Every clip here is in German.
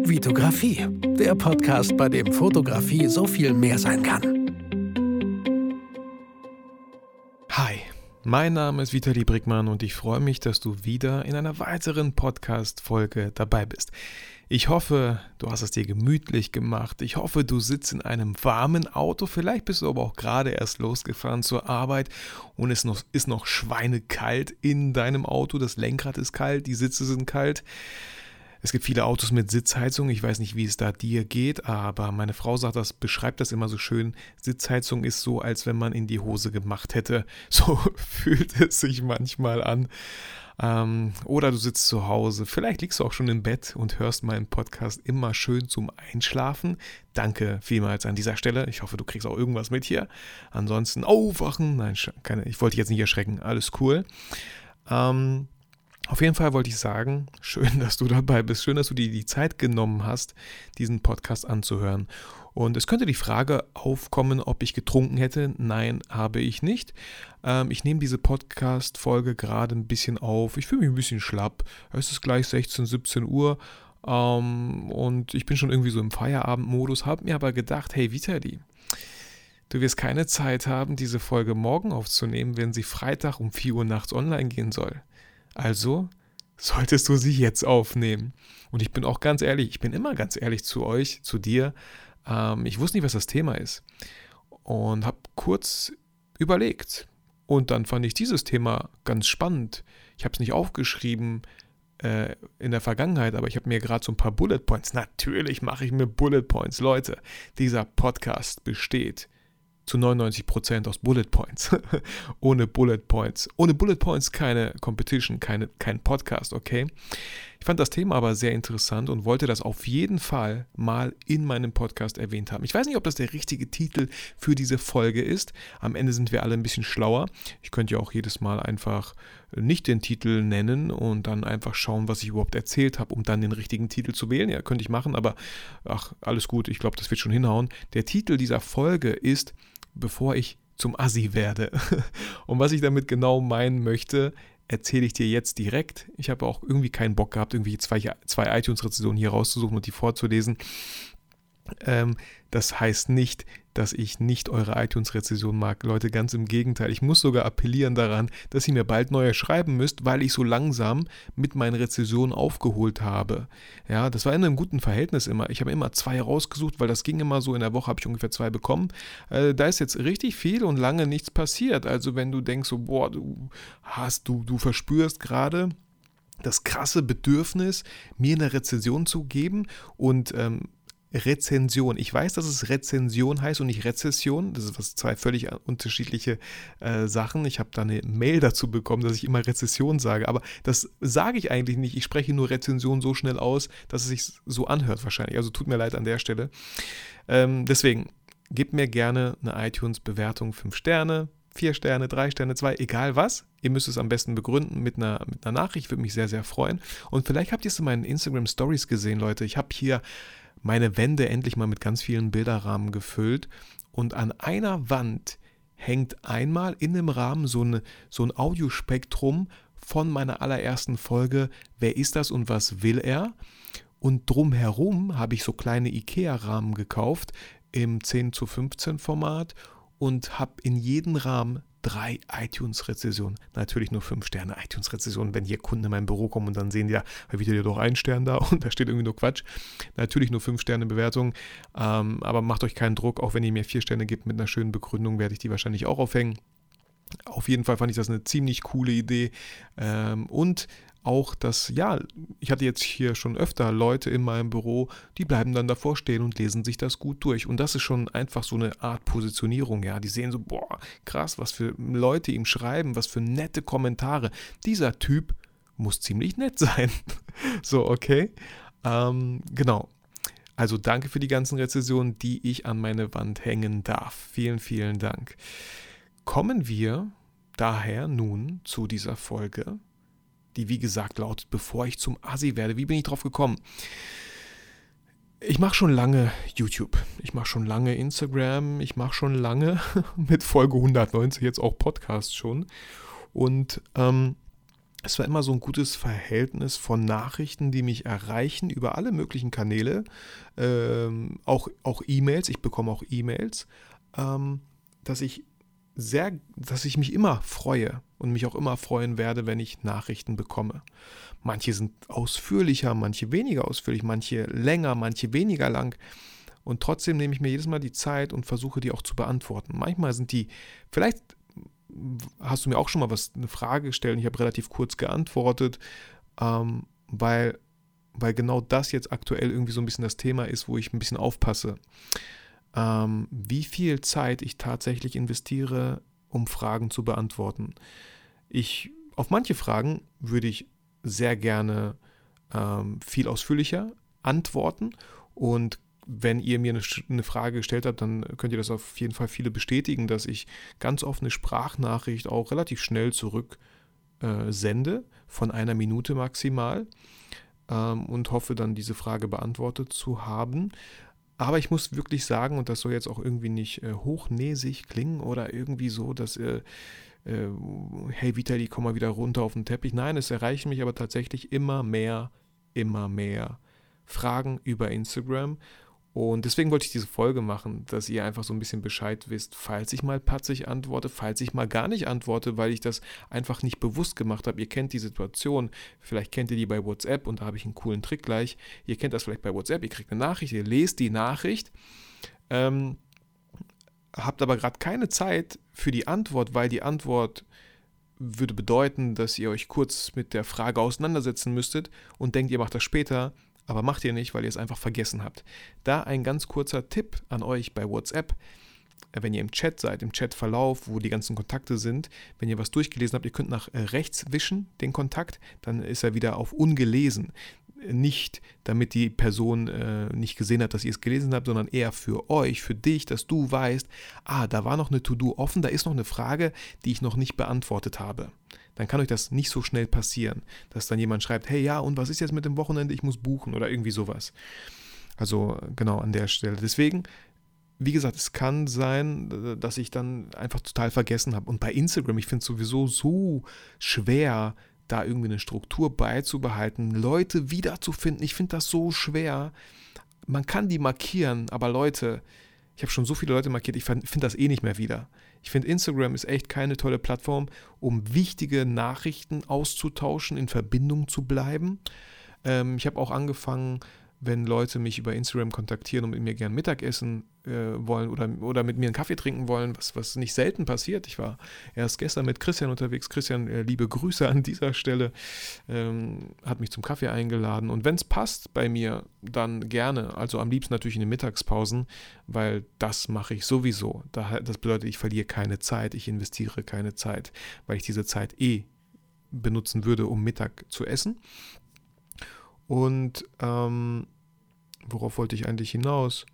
Vitografie, der Podcast, bei dem Fotografie so viel mehr sein kann. Hi, mein Name ist Vitali Brickmann und ich freue mich, dass du wieder in einer weiteren Podcast-Folge dabei bist. Ich hoffe, du hast es dir gemütlich gemacht. Ich hoffe, du sitzt in einem warmen Auto. Vielleicht bist du aber auch gerade erst losgefahren zur Arbeit und es ist noch schweinekalt in deinem Auto. Das Lenkrad ist kalt, die Sitze sind kalt. Es gibt viele Autos mit Sitzheizung. Ich weiß nicht, wie es da dir geht, aber meine Frau beschreibt das immer so schön. Sitzheizung ist so, als wenn man in die Hose gemacht hätte. So fühlt es sich manchmal an. Oder du sitzt zu Hause, vielleicht liegst du auch schon im Bett und hörst meinen Podcast immer schön zum Einschlafen. Danke vielmals an dieser Stelle. Ich hoffe, du kriegst auch irgendwas mit hier. Ansonsten aufwachen. Nein, ich wollte dich jetzt nicht erschrecken. Alles cool. Auf jeden Fall wollte ich sagen, schön, dass du dabei bist. Schön, dass du dir die Zeit genommen hast, diesen Podcast anzuhören. Und es könnte die Frage aufkommen, ob ich getrunken hätte. Nein, habe ich nicht. Ich nehme diese Podcast-Folge gerade ein bisschen auf. Ich fühle mich ein bisschen schlapp. Es ist gleich 16, 17 Uhr und ich bin schon irgendwie so im Feierabendmodus. Habe mir aber gedacht, hey Vitali, du wirst keine Zeit haben, diese Folge morgen aufzunehmen, wenn sie Freitag um 4 Uhr nachts online gehen soll. Also solltest du sie jetzt aufnehmen. Und ich bin auch ganz ehrlich, ich bin immer ganz ehrlich zu euch, zu dir. Ich wusste nicht, was das Thema ist und habe kurz überlegt. Und dann fand ich dieses Thema ganz spannend. Ich habe es nicht aufgeschrieben in der Vergangenheit, aber ich habe mir gerade so ein paar Bullet Points. Natürlich mache ich mir Bullet Points. Leute, dieser Podcast besteht zu 99% aus Bullet Points. Ohne Bullet Points keine Competition, kein Podcast, okay? Ich fand das Thema aber sehr interessant und wollte das auf jeden Fall mal in meinem Podcast erwähnt haben. Ich weiß nicht, ob das der richtige Titel für diese Folge ist. Am Ende sind wir alle ein bisschen schlauer. Ich könnte ja auch jedes Mal einfach nicht den Titel nennen und dann einfach schauen, was ich überhaupt erzählt habe, um dann den richtigen Titel zu wählen. Ja, könnte ich machen, aber alles gut. Ich glaube, das wird schon hinhauen. Der Titel dieser Folge ist Bevor ich zum Assi werde. Und was ich damit genau meinen möchte, erzähle ich dir jetzt direkt. Ich habe auch irgendwie keinen Bock gehabt, irgendwie zwei iTunes-Rezensionen hier rauszusuchen und die vorzulesen. Das heißt nicht, dass ich nicht eure iTunes-Rezension mag. Leute, ganz im Gegenteil. Ich muss sogar appellieren daran, dass ihr mir bald neue schreiben müsst, weil ich so langsam mit meinen Rezensionen aufgeholt habe. Ja, das war in einem guten Verhältnis immer. Ich habe immer 2 rausgesucht, weil das ging immer so. In der Woche habe ich ungefähr 2 bekommen. Da ist jetzt richtig viel und lange nichts passiert. Also wenn du denkst, so, boah, du verspürst gerade das krasse Bedürfnis, mir eine Rezension zu geben und Rezension. Ich weiß, dass es Rezension heißt und nicht Rezession. Das ist 2 völlig unterschiedliche Sachen. Ich habe da eine Mail dazu bekommen, dass ich immer Rezession sage. Aber das sage ich eigentlich nicht. Ich spreche nur Rezension so schnell aus, dass es sich so anhört wahrscheinlich. Also tut mir leid an der Stelle. Deswegen, gebt mir gerne eine iTunes-Bewertung 5 Sterne, 4 Sterne, 3 Sterne, 2, egal was. Ihr müsst es am besten begründen mit einer Nachricht. Würde mich sehr, sehr freuen. Und vielleicht habt ihr es in meinen Instagram-Stories gesehen, Leute. Ich habe hier meine Wände endlich mal mit ganz vielen Bilderrahmen gefüllt und an einer Wand hängt einmal in dem Rahmen so ein Audiospektrum von meiner allerersten Folge Wer ist das und was will er? Und drumherum habe ich so kleine Ikea-Rahmen gekauft im 10:15 Format und habe in jeden Rahmen 3 iTunes-Rezensionen. Natürlich nur 5 Sterne iTunes-Rezensionen, wenn hier Kunden in mein Büro kommen und dann sehen die ja, wieder doch 1 Stern da und da steht irgendwie nur Quatsch. Natürlich nur 5 Sterne Bewertung, aber macht euch keinen Druck, auch wenn ihr mir 4 Sterne gebt mit einer schönen Begründung, werde ich die wahrscheinlich auch aufhängen. Auf jeden Fall fand ich das eine ziemlich coole Idee und auch das, ja, ich hatte jetzt hier schon öfter Leute in meinem Büro, die bleiben dann davor stehen und lesen sich das gut durch. Und das ist schon einfach so eine Art Positionierung, ja. Die sehen so, boah, krass, was für Leute ihm schreiben, was für nette Kommentare. Dieser Typ muss ziemlich nett sein. So, okay. Genau. Also danke für die ganzen Rezensionen, die ich an meine Wand hängen darf. Vielen, vielen Dank. Kommen wir daher nun zu dieser Folge, die wie gesagt lautet, bevor ich zum Assi werde. Wie bin ich drauf gekommen? Ich mache schon lange YouTube, ich mache schon lange Instagram, ich mache schon lange mit Folge 190 jetzt auch Podcast schon. Und Es war immer so ein gutes Verhältnis von Nachrichten, die mich erreichen über alle möglichen Kanäle, auch E-Mails, ich bekomme auch E-Mails, dass ich mich immer freue und mich auch immer freuen werde, wenn ich Nachrichten bekomme. Manche sind ausführlicher, manche weniger ausführlich, manche länger, manche weniger lang. Und trotzdem nehme ich mir jedes Mal die Zeit und versuche, die auch zu beantworten. Manchmal sind die, vielleicht hast du mir auch schon mal eine Frage gestellt und ich habe relativ kurz geantwortet, weil genau das jetzt aktuell irgendwie so ein bisschen das Thema ist, wo ich ein bisschen aufpasse. Wie viel Zeit ich tatsächlich investiere, um Fragen zu beantworten. Auf manche Fragen würde ich sehr gerne viel ausführlicher antworten, und wenn ihr mir eine Frage gestellt habt, dann könnt ihr das auf jeden Fall viele bestätigen, dass ich ganz oft eine Sprachnachricht auch relativ schnell zurück sende, von 1 Minute maximal, und hoffe dann, diese Frage beantwortet zu haben. Aber ich muss wirklich sagen, und das soll jetzt auch irgendwie nicht hochnäsig klingen oder irgendwie so, dass hey Vitali, komm mal wieder runter auf den Teppich. Nein, es erreichen mich aber tatsächlich immer mehr Fragen über Instagram. Und deswegen wollte ich diese Folge machen, dass ihr einfach so ein bisschen Bescheid wisst, falls ich mal patzig antworte, falls ich mal gar nicht antworte, weil ich das einfach nicht bewusst gemacht habe. Ihr kennt die Situation, vielleicht kennt ihr die bei WhatsApp, und da habe ich einen coolen Trick gleich. Ihr kennt das vielleicht bei WhatsApp, ihr kriegt eine Nachricht, ihr lest die Nachricht, habt aber gerade keine Zeit für die Antwort, weil die Antwort würde bedeuten, dass ihr euch kurz mit der Frage auseinandersetzen müsstet und denkt, ihr macht das später. Aber macht ihr nicht, weil ihr es einfach vergessen habt. Da ein ganz kurzer Tipp an euch bei WhatsApp. Wenn ihr im Chat seid, im Chatverlauf, wo die ganzen Kontakte sind, wenn ihr was durchgelesen habt, ihr könnt nach rechts wischen, den Kontakt, dann ist er wieder auf ungelesen. Nicht, damit die Person nicht gesehen hat, dass ihr es gelesen habt, sondern eher für euch, für dich, dass du weißt, da war noch eine To-Do offen, da ist noch eine Frage, die ich noch nicht beantwortet habe. Dann kann euch das nicht so schnell passieren, dass dann jemand schreibt, hey, ja, und was ist jetzt mit dem Wochenende, ich muss buchen oder irgendwie sowas. Also genau an der Stelle. Deswegen, wie gesagt, es kann sein, dass ich dann einfach total vergessen habe. Und bei Instagram, ich finde es sowieso so schwer, da irgendwie eine Struktur beizubehalten, Leute wiederzufinden. Ich finde das so schwer. Man kann die markieren, aber Leute, ich habe schon so viele Leute markiert, ich finde das eh nicht mehr wieder. Ich finde, Instagram ist echt keine tolle Plattform, um wichtige Nachrichten auszutauschen, in Verbindung zu bleiben. Ich habe auch angefangen, wenn Leute mich über Instagram kontaktieren und mit mir gern Mittagessen wollen oder mit mir einen Kaffee trinken wollen, was nicht selten passiert. Ich war erst gestern mit Christian unterwegs. Christian, liebe Grüße an dieser Stelle, hat mich zum Kaffee eingeladen. Und wenn es passt bei mir, dann gerne. Also am liebsten natürlich in den Mittagspausen, weil das mache ich sowieso. Das bedeutet, ich verliere keine Zeit, ich investiere keine Zeit, weil ich diese Zeit benutzen würde, um Mittag zu essen. Und worauf wollte ich eigentlich hinaus?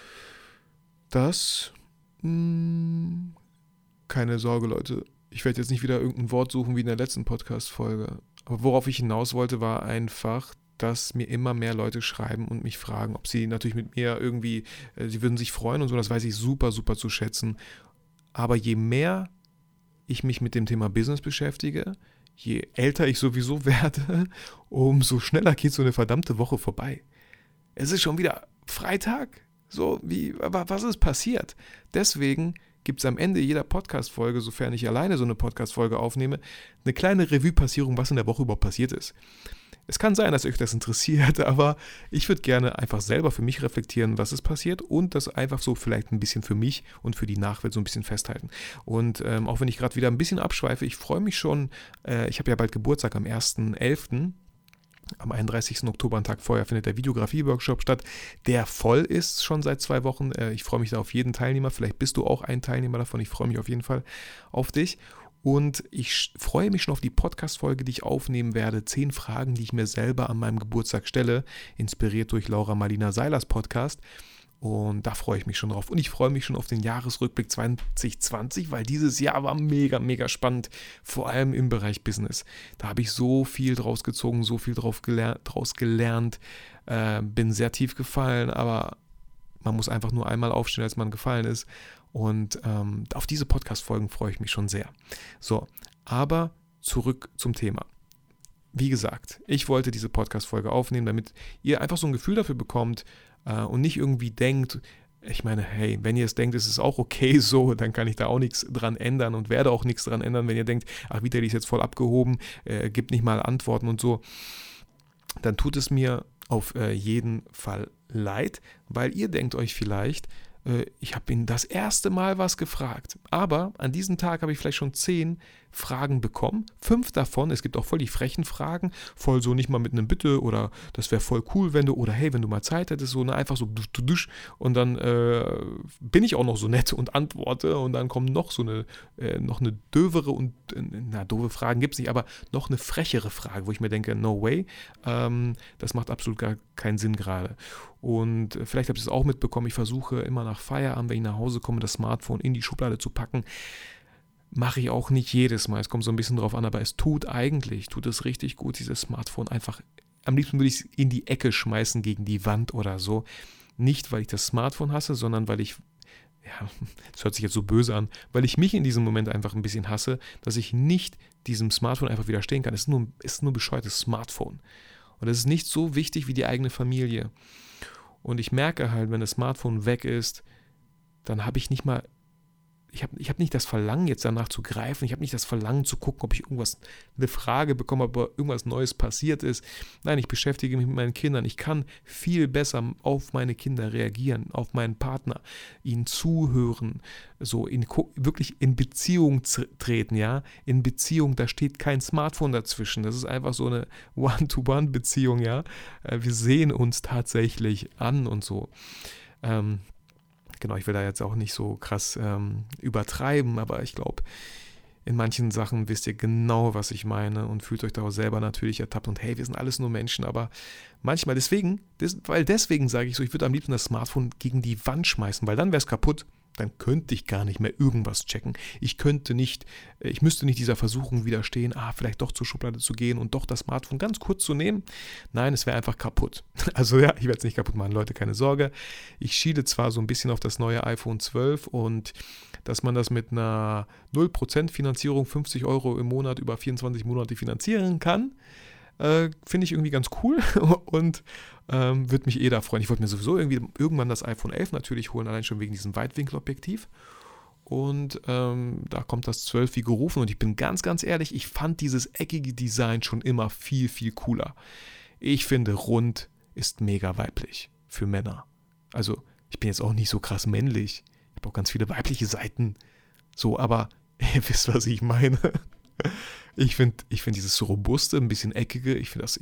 Keine Sorge, Leute, ich werde jetzt nicht wieder irgendein Wort suchen wie in der letzten Podcast-Folge. Aber worauf ich hinaus wollte, war einfach, dass mir immer mehr Leute schreiben und mich fragen, ob sie natürlich mit mir irgendwie, sie würden sich freuen und so, das weiß ich super, super zu schätzen. Aber je mehr ich mich mit dem Thema Business beschäftige, je älter ich sowieso werde, umso schneller geht so eine verdammte Woche vorbei. Es ist schon wieder Freitag. Aber was ist passiert? Deswegen gibt es am Ende jeder Podcast-Folge, sofern ich alleine so eine Podcast-Folge aufnehme, eine kleine Revue-Passierung, was in der Woche überhaupt passiert ist. Es kann sein, dass euch das interessiert, aber ich würde gerne einfach selber für mich reflektieren, was ist passiert, und das einfach so vielleicht ein bisschen für mich und für die Nachwelt so ein bisschen festhalten. Und auch wenn ich gerade wieder ein bisschen abschweife, ich freue mich schon, ich habe ja bald Geburtstag am 1.11., am 31. Oktober, einen Tag vorher, findet der Videografie-Workshop statt, der voll ist schon seit 2 Wochen. Ich freue mich da auf jeden Teilnehmer. Vielleicht bist du auch ein Teilnehmer davon. Ich freue mich auf jeden Fall auf dich. Und ich freue mich schon auf die Podcast-Folge, die ich aufnehmen werde. 10 Fragen, die ich mir selber an meinem Geburtstag stelle, inspiriert durch Laura Marlina Seilers Podcast. Und da freue ich mich schon drauf. Und ich freue mich schon auf den Jahresrückblick 2020, weil dieses Jahr war mega, mega spannend, vor allem im Bereich Business. Da habe ich so viel draus gezogen, so viel draus gelernt, bin sehr tief gefallen, aber man muss einfach nur einmal aufstehen, als man gefallen ist. Und auf diese Podcast-Folgen freue ich mich schon sehr. So, aber zurück zum Thema. wie gesagt, ich wollte diese Podcast-Folge aufnehmen, damit ihr einfach so ein Gefühl dafür bekommt und nicht irgendwie denkt, ich meine, hey, wenn ihr es denkt, ist es auch okay so, dann kann ich da auch nichts dran ändern und werde auch nichts dran ändern, wenn ihr denkt, ach, Vitali ist jetzt voll abgehoben, gibt nicht mal Antworten und so, dann tut es mir auf jeden Fall leid, weil ihr denkt euch vielleicht, ich habe ihn das erste Mal was gefragt, aber an diesem Tag habe ich vielleicht schon 10 Fragen bekommen, 5 davon, es gibt auch voll die frechen Fragen, voll so nicht mal mit einem Bitte oder das wäre voll cool, wenn du, oder hey, wenn du mal Zeit hättest, so ne, einfach so und dann bin ich auch noch so nett und antworte und dann kommt noch so eine dövere und, doofe Fragen gibt es nicht, aber noch eine frechere Frage, wo ich mir denke, no way, das macht absolut gar keinen Sinn gerade. Und vielleicht habt ihr es auch mitbekommen, ich versuche immer nach Feierabend, wenn ich nach Hause komme, das Smartphone in die Schublade zu packen. Mache ich auch nicht jedes Mal, es kommt so ein bisschen drauf an, aber es tut es richtig gut, dieses Smartphone einfach, am liebsten würde ich es in die Ecke schmeißen, gegen die Wand oder so. Nicht, weil ich das Smartphone hasse, sondern weil ich, ja, das hört sich jetzt so böse an, weil ich mich in diesem Moment einfach ein bisschen hasse, dass ich nicht diesem Smartphone einfach widerstehen kann. Es ist nur ein bescheuertes Smartphone. Und es ist nicht so wichtig wie die eigene Familie. Und ich merke halt, wenn das Smartphone weg ist, dann habe ich nicht mal, ich hab nicht das Verlangen, jetzt danach zu greifen. Ich habe nicht das Verlangen zu gucken, ob ich eine Frage bekomme, ob irgendwas Neues passiert ist. Nein, ich beschäftige mich mit meinen Kindern. Ich kann viel besser auf meine Kinder reagieren, auf meinen Partner, ihnen zuhören, so wirklich in Beziehung treten, ja. In Beziehung, da steht kein Smartphone dazwischen. Das ist einfach so eine One-to-One-Beziehung, ja. Wir sehen uns tatsächlich an und so. Genau, ich will da jetzt auch nicht so krass übertreiben, aber ich glaube, in manchen Sachen wisst ihr genau, was ich meine und fühlt euch da auch selber natürlich ertappt und hey, wir sind alles nur Menschen, aber manchmal deswegen sage ich so, ich würde am liebsten das Smartphone gegen die Wand schmeißen, weil dann wäre es kaputt. Dann könnte ich gar nicht mehr irgendwas checken. Ich müsste nicht dieser Versuchung widerstehen, vielleicht doch zur Schublade zu gehen und doch das Smartphone ganz kurz zu nehmen. Nein, es wäre einfach kaputt. Also ja, ich werde es nicht kaputt machen, Leute, keine Sorge. Ich schiele zwar so ein bisschen auf das neue iPhone 12 und dass man das mit einer 0% Finanzierung 50 € im Monat über 24 Monate finanzieren kann, finde ich irgendwie ganz cool und würde mich da freuen. Ich wollte mir sowieso irgendwann das iPhone 11 natürlich holen, allein schon wegen diesem Weitwinkelobjektiv. Und da kommt das 12 wie gerufen und ich bin ganz, ganz ehrlich, ich fand dieses eckige Design schon immer viel, viel cooler. Ich finde, rund ist mega weiblich für Männer. Also ich bin jetzt auch nicht so krass männlich. Ich habe auch ganz viele weibliche Seiten. So, aber ihr wisst, was ich meine. Ich finde dieses so robuste, ein bisschen eckige,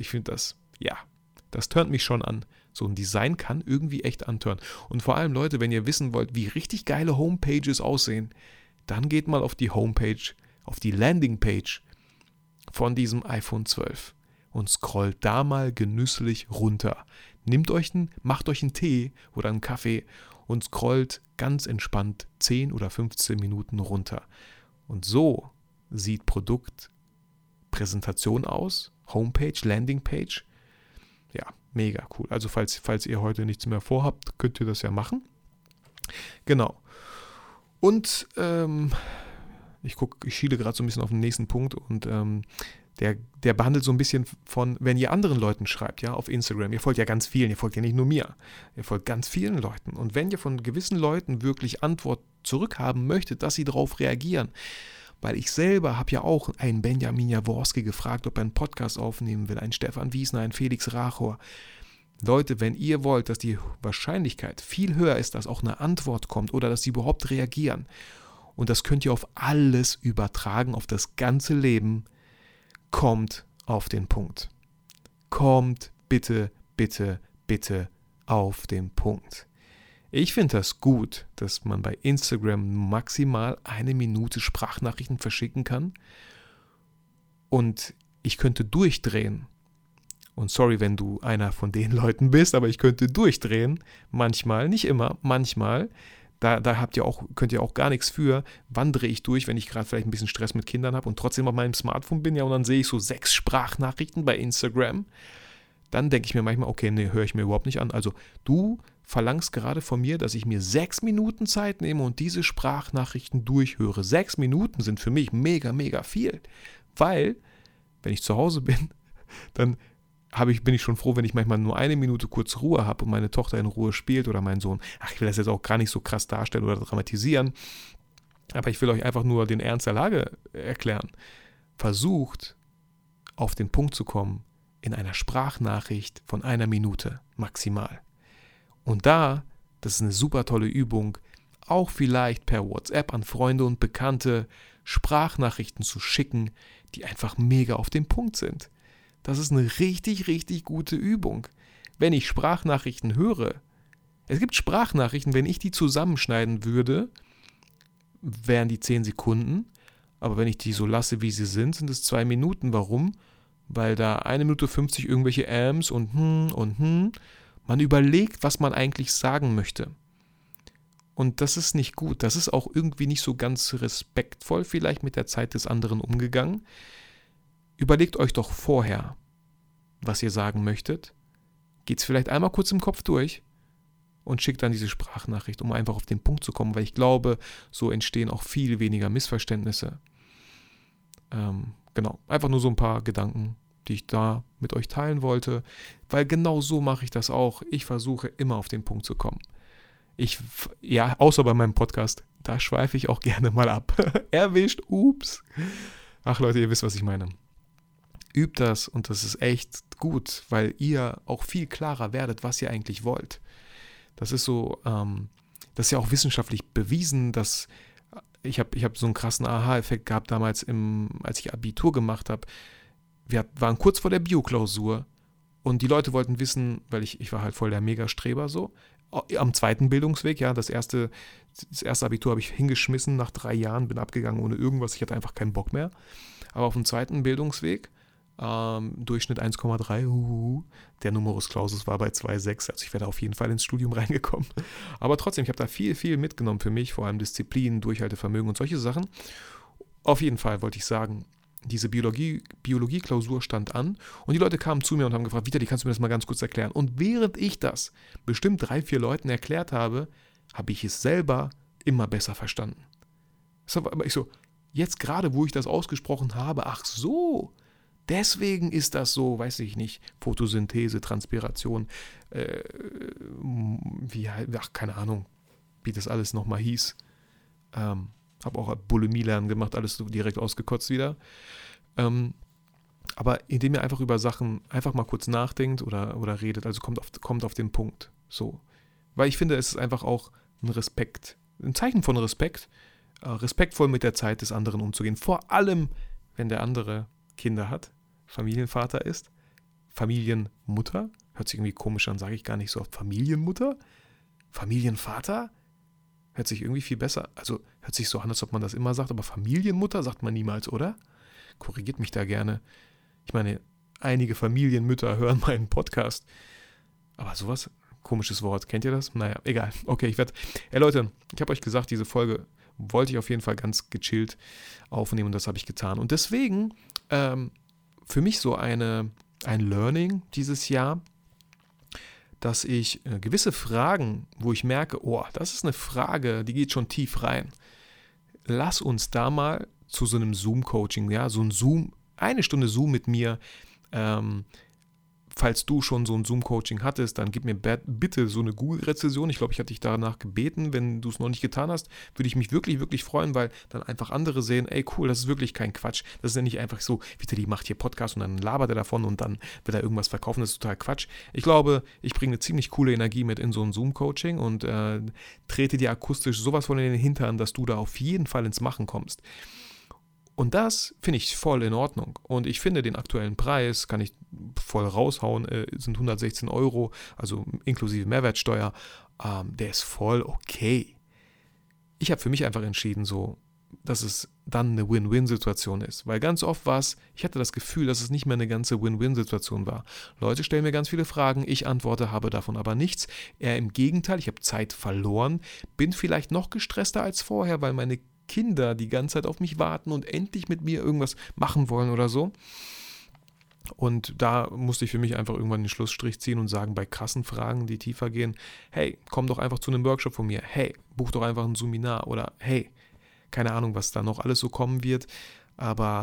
das turnt mich schon an. So ein Design kann irgendwie echt anturnen. Und vor allem, Leute, wenn ihr wissen wollt, wie richtig geile Homepages aussehen, dann geht mal auf die Homepage, auf die Landingpage von diesem iPhone 12 und scrollt da mal genüsslich runter. Macht euch einen Tee oder einen Kaffee und scrollt ganz entspannt 10 oder 15 Minuten runter. Und so sieht Produktpräsentation aus, Homepage, Landingpage. Ja, mega cool. Also falls ihr heute nichts mehr vorhabt, könnt ihr das ja machen. Genau. Und ich schiele gerade so ein bisschen auf den nächsten Punkt und der behandelt so ein bisschen von, wenn ihr anderen Leuten schreibt, ja, auf Instagram. Ihr folgt ja ganz vielen, ihr folgt ja nicht nur mir. Ihr folgt ganz vielen Leuten. Und wenn ihr von gewissen Leuten wirklich Antwort zurückhaben möchtet, dass sie darauf reagieren, weil ich selber habe ja auch einen Benjamin Jaworski gefragt, ob er einen Podcast aufnehmen will, einen Stefan Wiesner, einen Felix Rachor. Leute, wenn ihr wollt, dass die Wahrscheinlichkeit viel höher ist, dass auch eine Antwort kommt oder dass sie überhaupt reagieren, und das könnt ihr auf alles übertragen, auf das ganze Leben, kommt auf den Punkt. Kommt bitte, bitte, bitte auf den Punkt. Ich finde das gut, dass man bei Instagram maximal 1 Minute Sprachnachrichten verschicken kann und ich könnte durchdrehen. Und sorry, wenn du einer von den Leuten bist, aber ich könnte durchdrehen, manchmal, nicht immer, manchmal. Da könnt ihr auch gar nichts für. Wann drehe ich durch, wenn ich gerade vielleicht ein bisschen Stress mit Kindern habe und trotzdem auf meinem Smartphone bin, ja, und dann sehe ich so 6 Sprachnachrichten bei Instagram. Dann denke ich mir manchmal, okay, nee, höre ich mir überhaupt nicht an. Also du verlangst gerade von mir, dass ich mir 6 Minuten Zeit nehme und diese Sprachnachrichten durchhöre. 6 Minuten sind für mich mega, mega viel. Weil, wenn ich zu Hause bin, dann bin ich schon froh, wenn ich manchmal nur 1 Minute kurz Ruhe habe und meine Tochter in Ruhe spielt oder mein Sohn. Ich will das jetzt auch gar nicht so krass darstellen oder dramatisieren, aber ich will euch einfach nur den Ernst der Lage erklären. Versucht, auf den Punkt zu kommen in einer Sprachnachricht von 1 Minute maximal. Und das ist eine super tolle Übung, auch vielleicht per WhatsApp an Freunde und Bekannte Sprachnachrichten zu schicken, die einfach mega auf den Punkt sind. Das ist eine richtig, richtig gute Übung. Wenn ich Sprachnachrichten höre, es gibt Sprachnachrichten, wenn ich die zusammenschneiden würde, wären die 10 Sekunden, aber wenn ich die so lasse, wie sie sind es 2 Minuten. Warum? Weil da 1 Minute 50 irgendwelche und man überlegt, was man eigentlich sagen möchte. Und das ist nicht gut. Das ist auch irgendwie nicht so ganz respektvoll vielleicht mit der Zeit des anderen umgegangen. Überlegt euch doch vorher, was ihr sagen möchtet. Geht es vielleicht einmal kurz im Kopf durch und schickt dann diese Sprachnachricht, um einfach auf den Punkt zu kommen, weil ich glaube, so entstehen auch viel weniger Missverständnisse. Genau, einfach nur so ein paar Gedanken, die ich da mit euch teilen wollte, weil genau so mache ich das auch. Ich versuche immer auf den Punkt zu kommen. Außer bei meinem Podcast, da schweife ich auch gerne mal ab. Erwischt, ups. Ach Leute, ihr wisst, was ich meine. Übt das und das ist echt gut, weil ihr auch viel klarer werdet, was ihr eigentlich wollt. Das ist so, das ist ja auch wissenschaftlich bewiesen, dass ich hab so einen krassen Aha-Effekt gehabt damals, als ich Abitur gemacht habe. Wir waren kurz vor der Bio-Klausur und die Leute wollten wissen, weil ich war halt voll der Megastreber so, am zweiten Bildungsweg, ja, das erste Abitur habe ich hingeschmissen nach 3 Jahren, bin abgegangen ohne irgendwas, ich hatte einfach keinen Bock mehr. Aber auf dem zweiten Bildungsweg, Durchschnitt 1,3, der Numerus Clausus war bei 2,6, also ich wäre da auf jeden Fall ins Studium reingekommen. Aber trotzdem, ich habe da viel, viel mitgenommen für mich, vor allem Disziplin, Durchhaltevermögen und solche Sachen. Auf jeden Fall wollte ich sagen, diese Biologie-Klausur stand an und die Leute kamen zu mir und haben gefragt, Vitali, kannst du mir das mal ganz kurz erklären? Und während ich das bestimmt 3, 4 Leuten erklärt habe, habe ich es selber immer besser verstanden. Aber ich so, jetzt gerade, wo ich das ausgesprochen habe, ach so, deswegen ist das so, weiß ich nicht, Photosynthese, Transpiration, keine Ahnung, wie das alles nochmal hieß. Habe auch Bulimie lernen gemacht, alles so direkt ausgekotzt wieder. Aber indem ihr einfach über Sachen einfach mal kurz nachdenkt oder redet, also kommt auf den Punkt. So. Weil ich finde, es ist einfach auch ein Zeichen von Respekt, respektvoll mit der Zeit des anderen umzugehen. Vor allem, wenn der andere Kinder hat, Familienvater ist, Familienmutter, hört sich irgendwie komisch an, sage ich gar nicht so oft. Familienmutter? Familienvater? Hört sich irgendwie viel besser, also hört sich so an, als ob man das immer sagt, aber Familienmutter sagt man niemals, oder? Korrigiert mich da gerne. Ich meine, einige Familienmütter hören meinen Podcast, aber sowas, komisches Wort, kennt ihr das? Naja, egal. Okay, Leute, ich habe euch gesagt, diese Folge wollte ich auf jeden Fall ganz gechillt aufnehmen und das habe ich getan. Und deswegen für mich so ein Learning dieses Jahr, dass ich gewisse Fragen, wo ich merke, das ist eine Frage, die geht schon tief rein. Lass uns da mal zu so einem Zoom-Coaching, ja, so ein Zoom, 1 Stunde Zoom mit mir, falls du schon so ein Zoom-Coaching hattest, dann gib mir bitte so eine Google-Rezession. Ich glaube, ich hatte dich danach gebeten. Wenn du es noch nicht getan hast, würde ich mich wirklich, wirklich freuen, weil dann einfach andere sehen, ey cool, das ist wirklich kein Quatsch. Das ist ja nicht einfach so, Vitali macht hier Podcast und dann labert er davon und dann wird er irgendwas verkaufen. Das ist total Quatsch. Ich glaube, ich bringe eine ziemlich coole Energie mit in so ein Zoom-Coaching und trete dir akustisch sowas von in den Hintern, dass du da auf jeden Fall ins Machen kommst. Und das finde ich voll in Ordnung. Und ich finde den aktuellen Preis, kann ich voll raushauen, sind 116 €, also inklusive Mehrwertsteuer. Der ist voll okay. Ich habe für mich einfach entschieden, so, dass es dann eine Win-Win-Situation ist. Weil ganz oft ich hatte das Gefühl, dass es nicht mehr eine ganze Win-Win-Situation war. Leute stellen mir ganz viele Fragen, ich antworte, habe davon aber nichts. Eher im Gegenteil, ich habe Zeit verloren, bin vielleicht noch gestresster als vorher, weil meine Kinder die ganze Zeit auf mich warten und endlich mit mir irgendwas machen wollen oder so. Und da musste ich für mich einfach irgendwann den Schlussstrich ziehen und sagen, bei krassen Fragen, die tiefer gehen, hey, komm doch einfach zu einem Workshop von mir, hey, buch doch einfach ein Seminar oder hey, keine Ahnung, was da noch alles so kommen wird, aber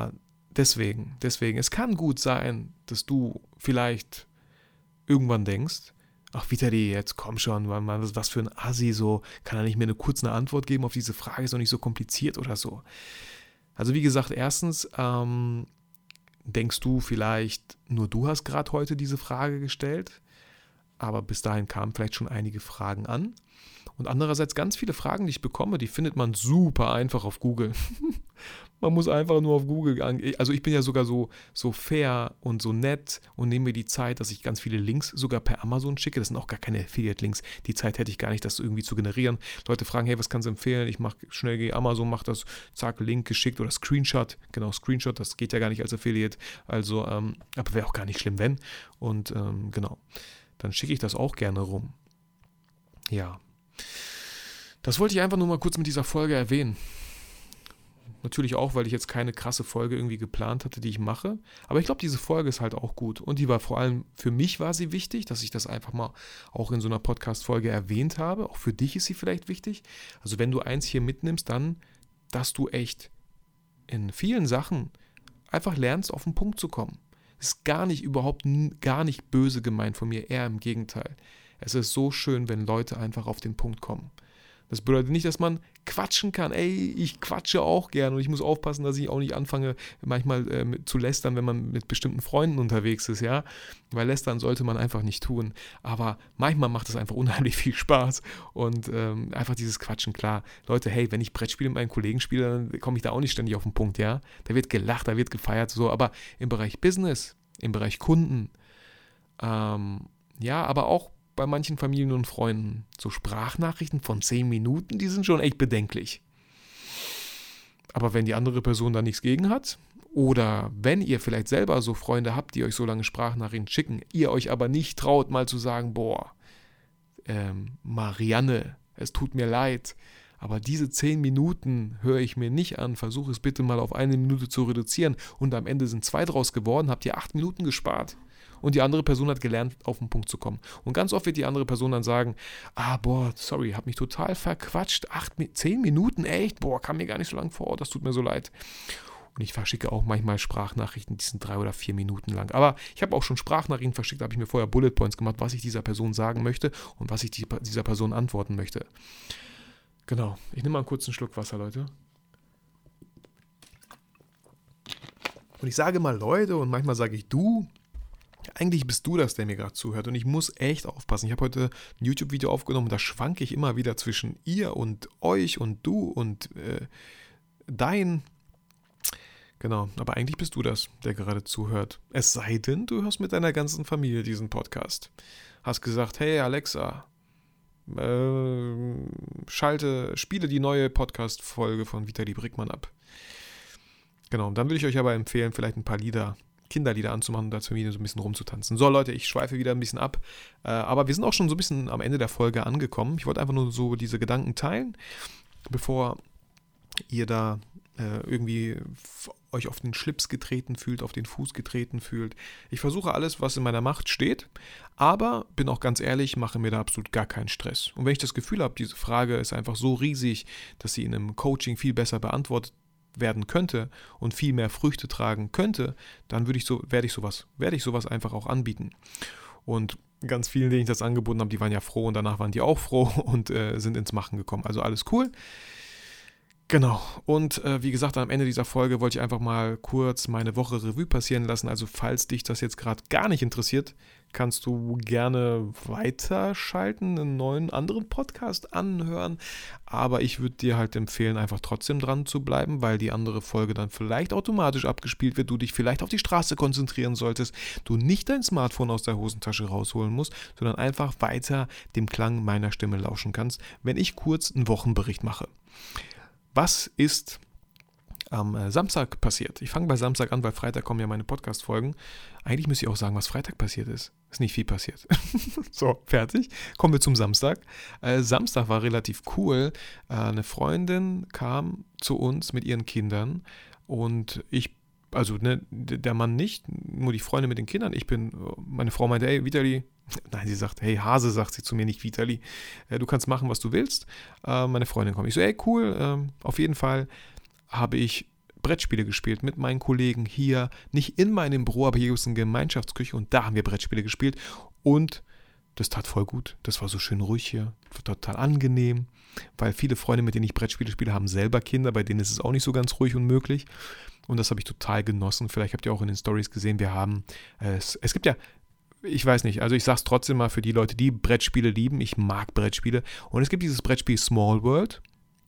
deswegen, es kann gut sein, dass du vielleicht irgendwann denkst, ach Vitali, jetzt komm schon, was für ein Assi, so, kann er nicht mehr eine Antwort geben auf diese Frage, ist doch nicht so kompliziert oder so. Also wie gesagt, erstens, denkst du vielleicht, nur du hast gerade heute diese Frage gestellt, aber bis dahin kamen vielleicht schon einige Fragen an. Und andererseits ganz viele Fragen, die ich bekomme, die findet man super einfach auf Google. Man muss einfach nur auf Google also ich bin ja sogar so fair und so nett und nehme mir die Zeit, dass ich ganz viele Links sogar per Amazon schicke. Das sind auch gar keine Affiliate-Links. Die Zeit hätte ich gar nicht, das irgendwie zu generieren. Leute fragen, hey, was kannst du empfehlen? Ich mache schnell, gehe Amazon, mache das, zack, Link geschickt oder Screenshot. Genau, Screenshot, das geht ja gar nicht als Affiliate. Also, aber wäre auch gar nicht schlimm, wenn. Und genau, dann schicke ich das auch gerne rum. Ja. Das wollte ich einfach nur mal kurz mit dieser Folge erwähnen. Natürlich auch, weil ich jetzt keine krasse Folge irgendwie geplant hatte, die ich mache. Aber ich glaube, diese Folge ist halt auch gut. Und die war vor allem, für mich war sie wichtig, dass ich das einfach mal auch in so einer Podcast-Folge erwähnt habe. Auch für dich ist sie vielleicht wichtig. Also wenn du eins hier mitnimmst, dann, dass du echt in vielen Sachen einfach lernst, auf den Punkt zu kommen. Das ist gar nicht böse gemeint von mir, eher im Gegenteil. Es ist so schön, wenn Leute einfach auf den Punkt kommen. Das bedeutet nicht, dass man quatschen kann. Ey, ich quatsche auch gern und ich muss aufpassen, dass ich auch nicht anfange, manchmal zu lästern, wenn man mit bestimmten Freunden unterwegs ist, ja. Weil lästern sollte man einfach nicht tun. Aber manchmal macht es einfach unheimlich viel Spaß und einfach dieses Quatschen, klar. Leute, hey, wenn ich Brettspiele mit meinen Kollegen spiele, dann komme ich da auch nicht ständig auf den Punkt, ja. Da wird gelacht, da wird gefeiert, so. Aber im Bereich Business, im Bereich Kunden, ja, aber auch bei manchen Familien und Freunden. So Sprachnachrichten von 10 Minuten, die sind schon echt bedenklich. Aber wenn die andere Person da nichts gegen hat, oder wenn ihr vielleicht selber so Freunde habt, die euch so lange Sprachnachrichten schicken, ihr euch aber nicht traut, mal zu sagen, boah, Marianne, es tut mir leid, aber diese 10 Minuten höre ich mir nicht an, versuche es bitte mal auf 1 Minute zu reduzieren und am Ende sind 2 draus geworden, habt ihr 8 Minuten gespart. Und die andere Person hat gelernt, auf den Punkt zu kommen. Und ganz oft wird die andere Person dann sagen, sorry, hab mich total verquatscht, 10 Minuten, echt? Boah, kam mir gar nicht so lang vor, das tut mir so leid. Und ich verschicke auch manchmal Sprachnachrichten, die sind 3 oder 4 Minuten lang. Aber ich habe auch schon Sprachnachrichten verschickt, da habe ich mir vorher Bullet Points gemacht, was ich dieser Person sagen möchte und was ich dieser Person antworten möchte. Genau, ich nehme mal einen kurzen Schluck Wasser, Leute. Und ich sage mal Leute und manchmal sage ich du. Eigentlich bist du das, der mir gerade zuhört und ich muss echt aufpassen. Ich habe heute ein YouTube-Video aufgenommen und da schwanke ich immer wieder zwischen ihr und euch und du und dein. Genau, aber eigentlich bist du das, der gerade zuhört. Es sei denn, du hörst mit deiner ganzen Familie diesen Podcast. Hast gesagt, hey Alexa, spiele die neue Podcast-Folge von Vitali Brickmann ab. Genau, dann würde ich euch aber empfehlen, vielleicht ein paar Kinderlieder anzumachen und dazu wieder so ein bisschen rumzutanzen. So Leute, ich schweife wieder ein bisschen ab, aber wir sind auch schon so ein bisschen am Ende der Folge angekommen. Ich wollte einfach nur so diese Gedanken teilen, bevor ihr da irgendwie euch auf den Schlips getreten fühlt, auf den Fuß getreten fühlt. Ich versuche alles, was in meiner Macht steht, aber bin auch ganz ehrlich, mache mir da absolut gar keinen Stress. Und wenn ich das Gefühl habe, diese Frage ist einfach so riesig, dass sie in einem Coaching viel besser beantwortet werden könnte und viel mehr Früchte tragen könnte, dann werde ich sowas einfach auch anbieten. Und ganz vielen, denen ich das angeboten habe, die waren ja froh und danach waren die auch froh und sind ins Machen gekommen. Also alles cool. Genau, und wie gesagt, am Ende dieser Folge wollte ich einfach mal kurz meine Woche Revue passieren lassen. Also falls dich das jetzt gerade gar nicht interessiert, kannst du gerne weiterschalten, einen neuen anderen Podcast anhören. Aber ich würde dir halt empfehlen, einfach trotzdem dran zu bleiben, weil die andere Folge dann vielleicht automatisch abgespielt wird, du dich vielleicht auf die Straße konzentrieren solltest, du nicht dein Smartphone aus der Hosentasche rausholen musst, sondern einfach weiter dem Klang meiner Stimme lauschen kannst, wenn ich kurz einen Wochenbericht mache. Was ist am Samstag passiert? Ich fange bei Samstag an, weil Freitag kommen ja meine Podcast-Folgen. Eigentlich müsste ich auch sagen, was Freitag passiert ist. Ist nicht viel passiert. So, fertig. Kommen wir zum Samstag. Samstag war relativ cool. Eine Freundin kam zu uns mit ihren Kindern und der Mann nicht, nur die Freundin mit den Kindern. Meine Frau meinte, hey, Vitali, nein, sie sagt, hey, Hase, sagt sie zu mir, nicht Vitali, du kannst machen, was du willst. Meine Freundin kommt. Ich so, hey, cool, auf jeden Fall habe ich Brettspiele gespielt mit meinen Kollegen hier, nicht in meinem Büro, aber hier gibt es eine Gemeinschaftsküche und da haben wir Brettspiele gespielt und das tat voll gut. Das war so schön ruhig hier, total angenehm, weil viele Freunde, mit denen ich Brettspiele spiele, haben selber Kinder, bei denen ist es auch nicht so ganz ruhig und möglich und das habe ich total genossen. Vielleicht habt ihr auch in den Stories gesehen, wir haben, es gibt ja, ich weiß nicht, also ich sage es trotzdem mal für die Leute, die Brettspiele lieben, ich mag Brettspiele und es gibt dieses Brettspiel Small World,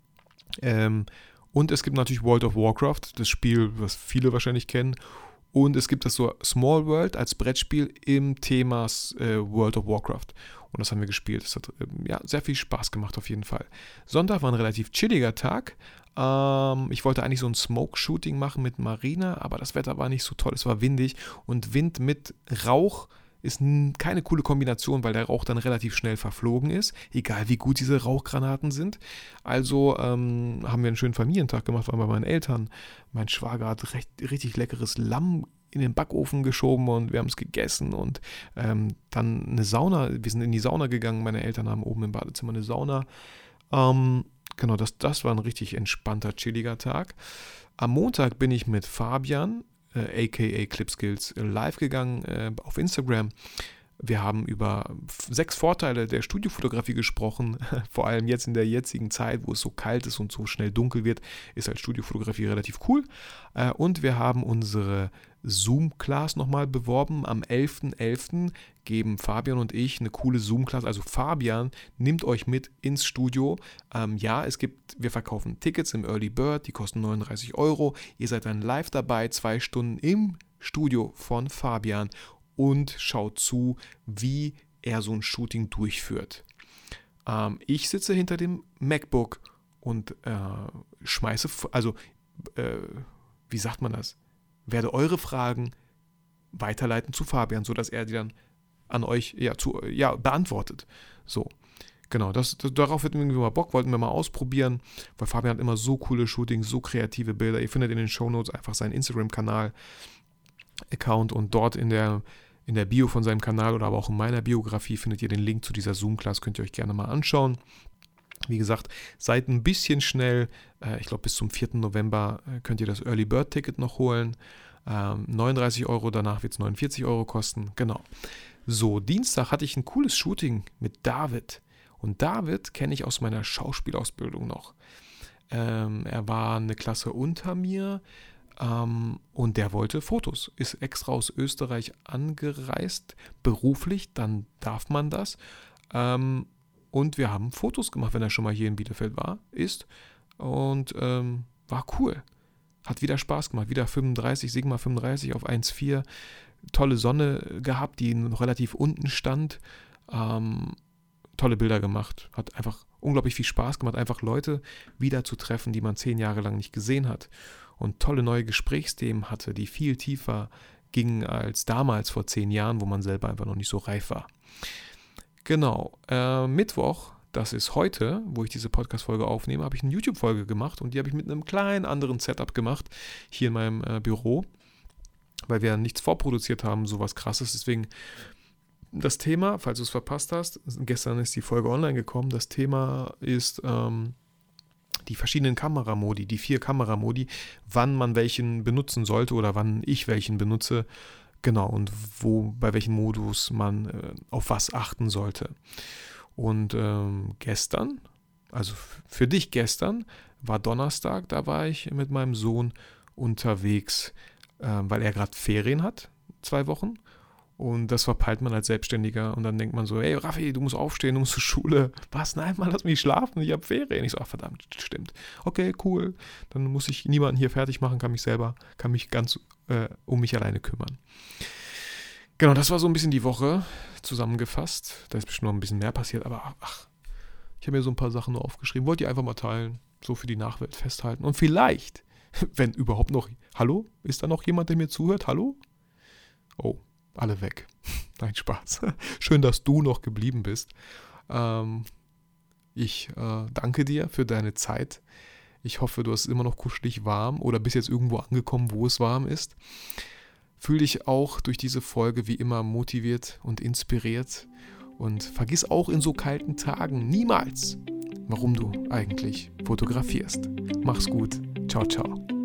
und es gibt natürlich World of Warcraft, das Spiel, was viele wahrscheinlich kennen. Und es gibt das so Small World als Brettspiel im Thema World of Warcraft. Und das haben wir gespielt. Das hat sehr viel Spaß gemacht auf jeden Fall. Sonntag war ein relativ chilliger Tag. Ich wollte eigentlich so ein Smoke-Shooting machen mit Marina, aber das Wetter war nicht so toll. Es war windig und Wind mit Rauch ist keine coole Kombination, weil der Rauch dann relativ schnell verflogen ist, egal wie gut diese Rauchgranaten sind. Also haben wir einen schönen Familientag gemacht, waren bei meinen Eltern. Mein Schwager hat richtig leckeres Lamm in den Backofen geschoben und wir haben es gegessen und dann eine Sauna, wir sind in die Sauna gegangen, meine Eltern haben oben im Badezimmer eine Sauna. Genau, das war ein richtig entspannter, chilliger Tag. Am Montag bin ich mit Fabian aka Clipskills live gegangen auf Instagram. Wir haben über 6 Vorteile der Studiofotografie gesprochen, vor allem jetzt in der jetzigen Zeit, wo es so kalt ist und so schnell dunkel wird, ist halt Studiofotografie relativ cool. Und wir haben unsere Zoom-Class nochmal beworben. Am 11.11. geben Fabian und ich eine coole Zoom-Class. Also Fabian nimmt euch mit ins Studio. Wir verkaufen Tickets im Early Bird, die kosten 39 €. Ihr seid dann live dabei, 2 Stunden im Studio von Fabian und schaut zu, wie er so ein Shooting durchführt. Ich sitze hinter dem MacBook und wie sagt man das? Werde eure Fragen weiterleiten zu Fabian, sodass er die dann an euch beantwortet. So, genau, darauf hätten wir irgendwie mal Bock, wollten wir mal ausprobieren, weil Fabian hat immer so coole Shootings, so kreative Bilder. Ihr findet in den Shownotes einfach seinen Instagram-Kanal-Account und dort in der Bio von seinem Kanal oder aber auch in meiner Biografie findet ihr den Link zu dieser Zoom-Class, könnt ihr euch gerne mal anschauen. Wie gesagt, seid ein bisschen schnell, ich glaube bis zum 4. November könnt ihr das Early Bird Ticket noch holen. 39 €, danach wird es 49 € kosten. Genau. So, Dienstag hatte ich ein cooles Shooting mit David. Und David kenne ich aus meiner Schauspielausbildung noch. Er war eine Klasse unter mir und der wollte Fotos. Ist extra aus Österreich angereist, beruflich, dann darf man das. Und wir haben Fotos gemacht, wenn er schon mal hier in Bielefeld ist. Und war cool. Hat wieder Spaß gemacht. Wieder Sigma 35 auf 1,4. Tolle Sonne gehabt, die noch relativ unten stand. Tolle Bilder gemacht. Hat einfach unglaublich viel Spaß gemacht, einfach Leute wieder zu treffen, die man 10 Jahre lang nicht gesehen hat. Und tolle neue Gesprächsthemen hatte, die viel tiefer gingen als damals vor 10 Jahren, wo man selber einfach noch nicht so reif war. Genau, Mittwoch, das ist heute, wo ich diese Podcast-Folge aufnehme, habe ich eine YouTube-Folge gemacht und die habe ich mit einem kleinen anderen Setup gemacht, hier in meinem Büro, weil wir nichts vorproduziert haben, sowas Krasses. Deswegen das Thema, falls du es verpasst hast, gestern ist die Folge online gekommen, das Thema ist die verschiedenen Kameramodi, die 4 Kameramodi, wann man welchen benutzen sollte oder wann ich welchen benutze. Genau, und bei welchem Modus man auf was achten sollte. Und gestern, also für dich gestern, war Donnerstag, da war ich mit meinem Sohn unterwegs, weil er gerade Ferien hat, 2 Wochen. Und das verpeilt man als Selbstständiger und dann denkt man so, hey Raffi, du musst aufstehen, du musst zur Schule. Was? Nein, Mann, lass mich schlafen, ich habe Ferien. Ich so, ach verdammt, stimmt. Okay, cool. Dann muss ich niemanden hier fertig machen, kann mich ganz um mich alleine kümmern. Genau, das war so ein bisschen die Woche zusammengefasst. Da ist bestimmt noch ein bisschen mehr passiert, aber ich habe mir so ein paar Sachen nur aufgeschrieben. Wollte ich einfach mal teilen, so für die Nachwelt festhalten. Und vielleicht, wenn überhaupt noch, hallo? Ist da noch jemand, der mir zuhört? Hallo? Oh. Alle weg. Nein, Spaß. Schön, dass du noch geblieben bist. Ich danke dir für deine Zeit. Ich hoffe, du hast immer noch kuschelig warm oder bist jetzt irgendwo angekommen, wo es warm ist. Fühl dich auch durch diese Folge wie immer motiviert und inspiriert. Und vergiss auch in so kalten Tagen niemals, warum du eigentlich fotografierst. Mach's gut. Ciao, ciao.